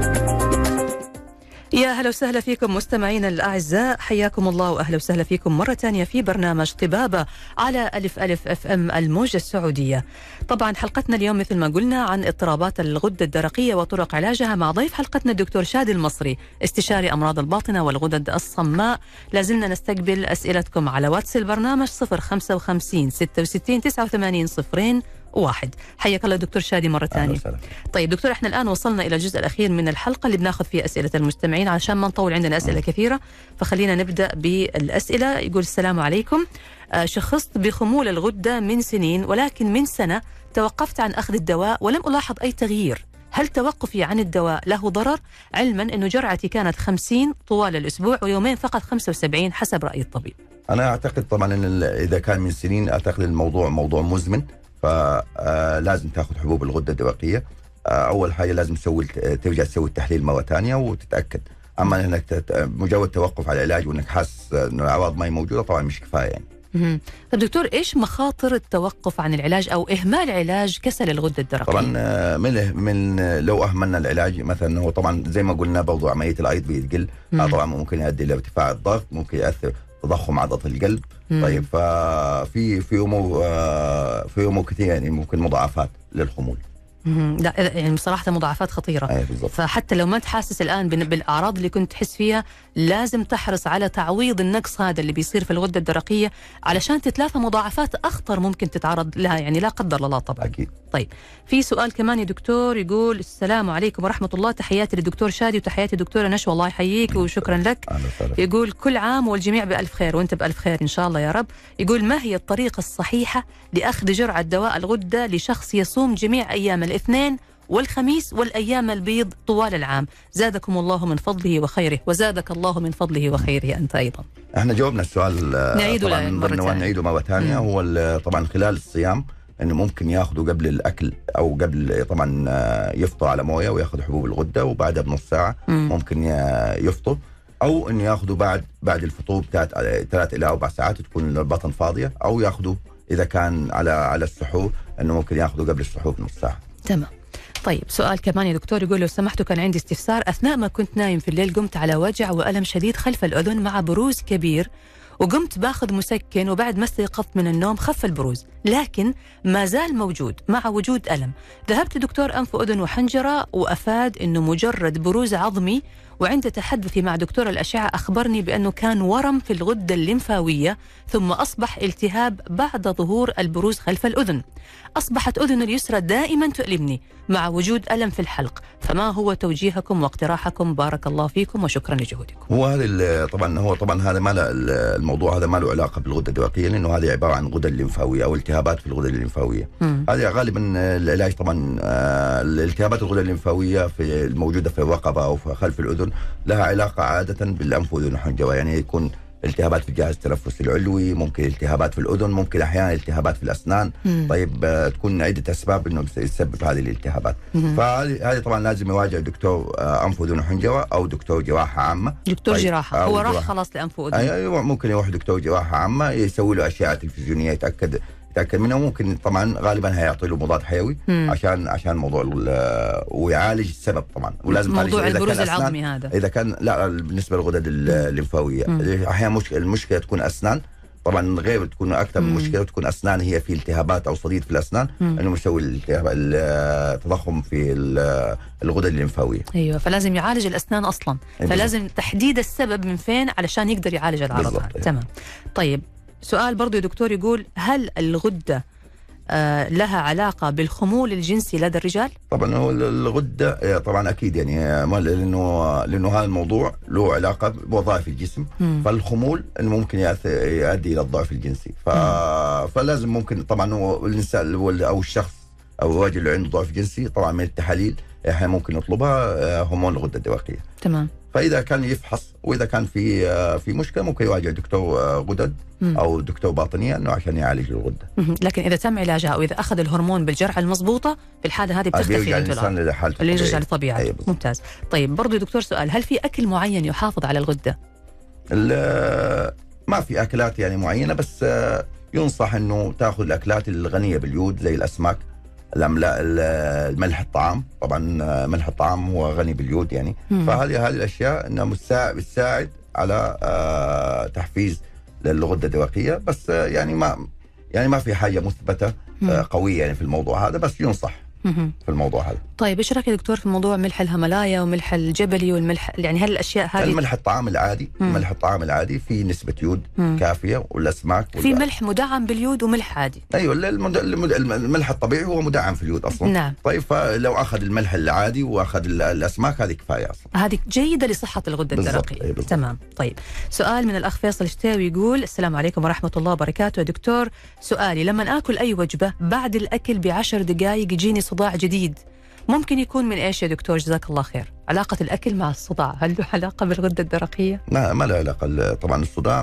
يا أهلا وسهلا فيكم مستمعينا الأعزاء، حياكم الله وأهلا وسهلا فيكم مرة ثانية في برنامج طبابة على ألف ألف اف ام الموجة السعودية. طبعا حلقتنا اليوم مثل ما قلنا عن اضطرابات الغدة الدرقية وطرق علاجها، مع ضيف حلقتنا الدكتور شادي المصري، استشاري أمراض الباطنة والغدد الصماء. لازلنا نستقبل أسئلتكم على واتس البرنامج 055 66 89 01. حياك الله دكتور شادي مرة ثانية. طيب دكتور، احنا الآن وصلنا إلى الجزء الأخير من الحلقة اللي بناخذ فيه أسئلة المستمعين علشان ما نطول، عندنا أسئلة كثيرة، فخلينا نبدأ بالأسئلة. يقول السلام عليكم، شخصت بخمول الغدة من سنين، ولكن من سنة توقفت عن أخذ الدواء ولم ألاحظ أي تغيير. هل توقفي عن الدواء له ضرر؟ علما أنه جرعتي كانت 50 طوال الأسبوع ويومين فقط 75 حسب رأي الطبيب. أنا أعتقد طبعا أن إذا كان من سنين أعتقد الموضوع موضوع مزمن، فلازم تاخذ حبوب الغده الدرقيه. اول حاجه لازم ترجع تسوي التحليل مره ثانيه وتتاكد. اما انك مجرد توقف على العلاج وانك حاسس انه الاعراض ما هي موجوده طبعا مش كفايه يعني. طيب دكتور، ايش مخاطر التوقف عن العلاج او اهمال علاج كسل الغده الدرقيه؟ طبعا من لو اهملنا العلاج مثلا، هو طبعا زي ما قلنا برضه عمليه الايض بتقل، طبعا ممكن يؤدي الى ارتفاع الضغط، ممكن ياثر تضخم عضله القلب. طيب في امور كثير يعني ممكن مضاعفات للخمول. لا يعني بصراحة مضاعفات خطيرة. فحتى لو ما تحسس الآن بالأعراض اللي كنت تحس فيها، لازم تحرص على تعويض النقص هذا اللي بيصير في الغدة الدرقية علشان تتلافى مضاعفات أخطر ممكن تتعرض لها، يعني لا قدر الله طبعا. أكيد. طيب في سؤال كمان يا دكتور، يقول السلام عليكم ورحمة الله، تحياتي للدكتور شادي وتحياتي دكتورة نشوى، الله يحييك وشكرا لك. يقول كل عام والجميع بألف خير، وانت بألف خير إن شاء الله يا رب. يقول ما هي الطريقة الصحيحة لأخذ جرعة دواء الغدة لشخص يصوم جميع أيام الاثنين والخميس والأيام البيض طوال العام؟ زادكم الله من فضله وخيره، وزادك الله من فضله وخيره أنت أيضا. احنا جاوبنا السؤال، نعيده مرة ثانية. هو طبعا خلال الصيام انه ممكن ياخذوا قبل الاكل او قبل طبعا يفطر على مويه وياخذ حبوب الغده، وبعدها بنص ساعه ممكن يفطر، او انه ياخذوا بعد الفطور 3 إلى 4 ساعات تكون البطن فاضيه، او ياخذوا اذا كان على السحور انه ممكن ياخذوا قبل السحور بنص ساعه. تمام. طيب سؤال كمان يا دكتور، يقول لو سمحتوا كان عندي استفسار، اثناء ما كنت نايم في الليل قمت على وجع والم شديد خلف الاذن مع بروز كبير، وقمت باخذ مسكن، وبعد ما استيقظت من النوم خف البروز. لكن ما زال موجود مع وجود ألم. ذهبت دكتور أنف وأذن وحنجرة وأفاد أنه مجرد بروز عظمي، وعند تحدثي مع دكتور الأشعة أخبرني بأنه كان ورم في الغدة الليمفاوية ثم أصبح التهاب بعد ظهور البروز خلف الأذن. أصبحت أذن اليسرى دائما تؤلمني مع وجود ألم في الحلق، فما هو توجيهكم واقتراحكم؟ بارك الله فيكم وشكرا لجهودكم. هو هذا طبعا هذا ما له الموضوع هذا ما له علاقة بالغدة الدرقية، لأنه هذه عبارة عن غدة الليمفاوية أو التهابات في الغدة الليمفاوية. هذه غالبا العلاج طبعا الالتهابات الغدة الليمفاوية في الموجودة في الرقبة أو في خلف الأذن لها علاقة عادة بالأنف والأذن والحنجرة، يعني يكون التهابات في الجهاز التنفسي العلوي، ممكن التهابات في الأذن، ممكن أحيانا التهابات في الأسنان. طيب تكون عدة أسباب إنه يسبب هذه الالتهابات. فهذه طبعا لازم يواجه دكتور أنف وأذن وحنجرة أو دكتور جراحة عامة. دكتور جراحة هو راح خلاص لأنف وأذن. أيوة ممكن يروح دكتور جراحة عامة يسوي له أشعة تلفزيونية يتأكد منه. ممكن طبعا غالبا هيعطي له مضاد حيوي عشان موضوع ويعالج السبب طبعا. ولازم موضوع البروز العظمي هذا اذا كان لا بالنسبه للغدد الليمفاويه احيانا المشكله تكون اسنان، طبعا غير تكون اكثر من مشكله تكون اسنان هي في التهابات او صديد في الاسنان انه يسوي التضخم في الغدد الليمفاويه. ايوه فلازم يعالج الاسنان اصلا. فلازم تحديد السبب من فين علشان يقدر يعالج العرض هذا. تمام. طيب سؤال برضو يا دكتور يقول هل الغدة لها علاقة بالخمول الجنسي لدى الرجال؟ طبعا هو الغدة طبعا أكيد يعني لأنه هذا الموضوع له علاقة بوظائف الجسم. فالخمول ممكن يؤدي إلى الضعف الجنسي. فلازم ممكن طبعا هو الإنسان أو الشخص أو الرجل اللي عنده ضعف جنسي طبعا من التحاليل احنا ممكن نطلبها هرمون الغدة الدرقية. تمام. فإذا كان يفحص وإذا كان في مشكلة ممكن يواجه دكتور غدد أو دكتور باطنية إنه عشان يعالج الغدة. لكن إذا تم علاجها أو إذا أخذ الهرمون بالجرعة المضبوطة في الحالة هذه بتختفي الإنسان لحالته اللي يرجع لطبيعته. ممتاز. طيب برضو دكتور سؤال، هل في أكل معين يحافظ على الغدة؟ ما في أكلات يعني معينة، بس ينصح إنه تأخذ الأكلات الغنية باليود زي الأسماك، الملح الطعام. طبعا ملح الطعام هو غني باليود يعني. فهذه الاشياء انها بتساعد على تحفيز للغده الدرقيه، بس يعني ما في حاجه مثبته قويه يعني في الموضوع هذا، بس ينصح في الموضوع هذا. طيب ايش رايك يا دكتور في موضوع ملح الهيمالايا وملح الجبلي والملح، يعني هل الاشياء هذه الملح الطعام العادي ملح الطعام العادي في نسبه يود كافيه، والاسماك في ملح مدعم باليود وملح عادي. ايوه الملح الطبيعي هو مدعم في اليود اصلا. نعم. طيب فلو اخذ الملح العادي واخذ الاسماك هذه كفايه اصلا، هذه جيده لصحه الغده الدرقيه. أيوة تمام. طيب سؤال من الاخ فيصل الشتاوي يقول السلام عليكم ورحمه الله وبركاته. يا دكتور سؤالي، لما اكل اي وجبه بعد الاكل ب10 دقائق يجيني صداع جديد، ممكن يكون من ايش يا دكتور؟ جزاك الله خير. علاقة الأكل مع الصداع هل له علاقة بالغدة الدرقية؟ ما له علاقة. طبعا الصداع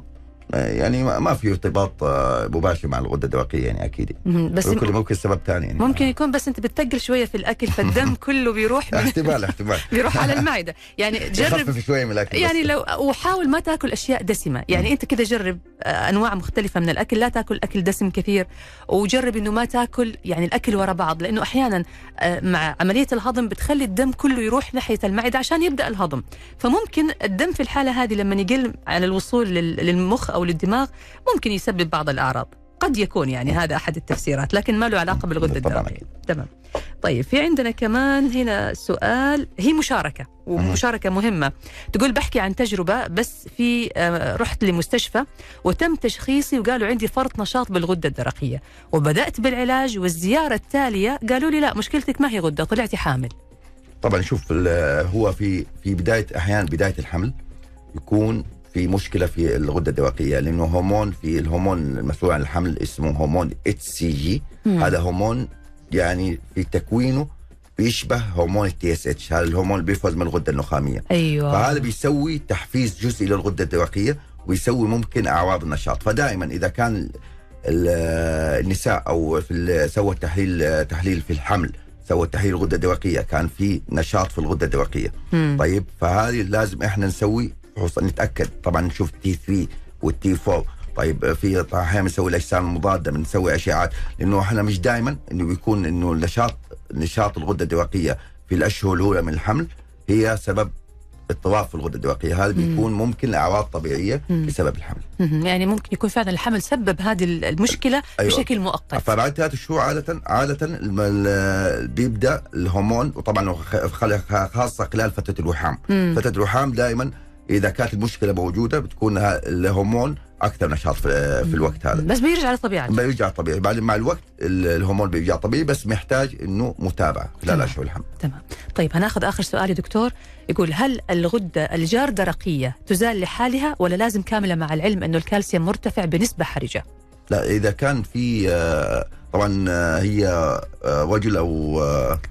ما في ارتباط مباشر مع الغدة الدرقية يعني أكيد. بس ممكن سبب ثاني يعني. ممكن يكون بس أنت بتتقل شوية في الأكل فالدم كله بيروح احتمال بيروح على المعدة يعني. جرب خفف شوية من الأكل يعني لو وحاول ما تاكل أشياء دسمة يعني. أنت كده جرب أنواع مختلفة من الأكل، لا تاكل أكل دسم كثير، وجرب إنه ما تاكل يعني الأكل ورا بعض، لأنه أحيانا مع عملية الهضم بتخلي الدم كله يروح ناحية المعدة عشان يبدأ الهضم. فممكن الدم في الحالة هذه لما يقل على الوصول للمخ أو للدماغ ممكن يسبب بعض الأعراض. قد يكون يعني هذا أحد التفسيرات، لكن ما له علاقة بالغدة الدرقية. تمام. طيب في عندنا كمان هنا سؤال، هي مشاركة ومشاركة مهمة. تقول بحكي عن تجربة، بس في رحت لمستشفى وتم تشخيصي وقالوا عندي فرط نشاط بالغدة الدرقية، وبدأت بالعلاج، والزيارة التالية قالوا لي لا مشكلتك ما هي غدة، طلعتي حامل. طبعا شوف هو في أحيانا بداية الحمل يكون في مشكلة في الغدة الدرقية، لأنه الهرمون المسؤول عن الحمل اسمه هرمون HCG. هذا هرمون يعني في تكوينه بيشبه هرمون TSH، هذا الهرمون اللي بيفرز من الغدة النخامية. أيوة. فهذا بيسوي تحفيز جزئي للغدة الدرقية ويسوي ممكن أعراض النشاط. فدائما إذا كان النساء أو سوى تحليل في الحمل، سوى تحليل الغدة الدرقية كان في نشاط في الغدة الدرقية. طيب فهذه لازم إحنا نسوي نتأكد، طبعا نشوف T3 والT4. طيب في احيانا بنسوي الاجسام المضاده، بنسوي اشعاعات، لانه احنا مش دائما انه بيكون انه نشاط الغده الدرقيه في الاشهر الاولى من الحمل هي سبب اضطراب في الغده الدرقيه، هذا بيكون ممكن اعراض طبيعيه بسبب الحمل. يعني ممكن يكون فعلا الحمل سبب هذه المشكله أيوة. بشكل مؤقت. فبعد 3 شهور عاده بيبدا الهرمون، وطبعا خاصه خلال فتره الوحام. فتره الوحام دائما اذا كانت المشكله موجوده بتكون الهرمون اكثر نشاط في الوقت هذا، بس بيرجع لطبيعته. بيرجع طبيعي بعد مع الوقت، الهرمون بيرجع طبيعي، بس محتاج انه متابعه خلال اشهر الحمل. تمام. طيب هناخذ اخر سؤال يا دكتور، يقول هل الغده الجاردرقيه تزال لحالها ولا لازم كامله، مع العلم انه الكالسيوم مرتفع بنسبه حرجه؟ لا، اذا كان في طبعا هي رجل او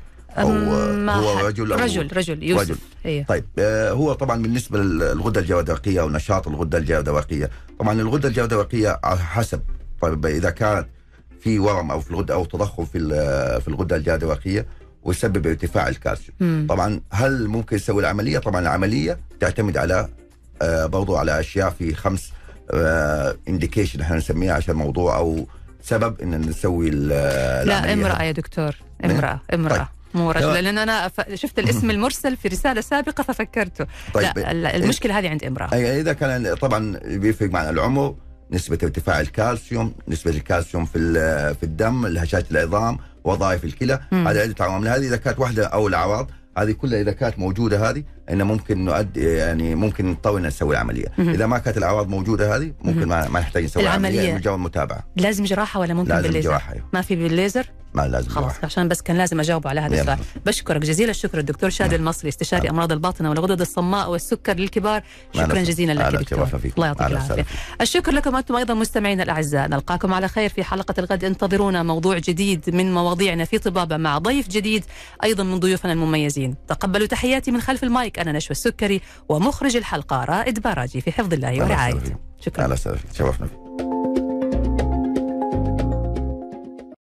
هو رجل يوسف. إيه. طيب هو طبعا بالنسبه للغده الجاردرقيه او نشاط الغده الجاردرقيه، طبعا الغده الجاردرقيه على حسب، طيب اذا كانت في ورم او في الغده او تضخم في الغده الجاردرقيه ويسبب ارتفاع الكالسيوم، طبعا هل ممكن يسوي العمليه؟ طبعا العمليه تعتمد على برضو على اشياء، في 5 انديكيشن احنا نسميها عشان موضوع او سبب ان نسوي العمليه. لا، امراه يا دكتور، امراه. طيب. مو رجل، لأن أنا شفت الاسم المرسل في رسالة سابقة ففكرته. طيب. لا، المشكلة هذه عند امرأة. إذا كان طبعا بيفرق معنا العمر، نسبة ارتفاع الكالسيوم، نسبة الكالسيوم في الدم، هشاشة العظام، وظائف الكلى، هذه عدة عوامل. هذه إذا كانت واحدة أو الأعراض هذه كلها إذا كانت موجودة، هذه إنه ممكن نؤدي، يعني ممكن نضطر نسوي العملية. إذا ما كانت الأعراض موجودة هذه ممكن ما نحتاج نسوي العملية، مجرد متابعة. لازم جراحة ولا ممكن لازم بالليزر؟ جراحة. ما في بالليزر؟ ما لازم خلاص جراحة. عشان بس كان لازم أجاوب على هذا السؤال. بشكرك جزيل الشكر الدكتور شادي المصري، استشاري أمراض الباطنة والغدد الصماء والسكر للكبار. شكرا جزيلا لك دكتور، الله يعطيك العافية. الشكر لكم أنتم أيضا مستمعينا الأعزاء، نلقاكم على خير في حلقة الغد. انتظرونا موضوع جديد من مواضيعنا في طبابة مع ضيف جديد أيضا من ضيوفنا المميزين. تقبلوا تحياتي من خلف المايك، أنا نشوى السكري، ومخرج الحلقة رائد باراجي، في حفظ الله ورعايته. شكرا. شرفنا.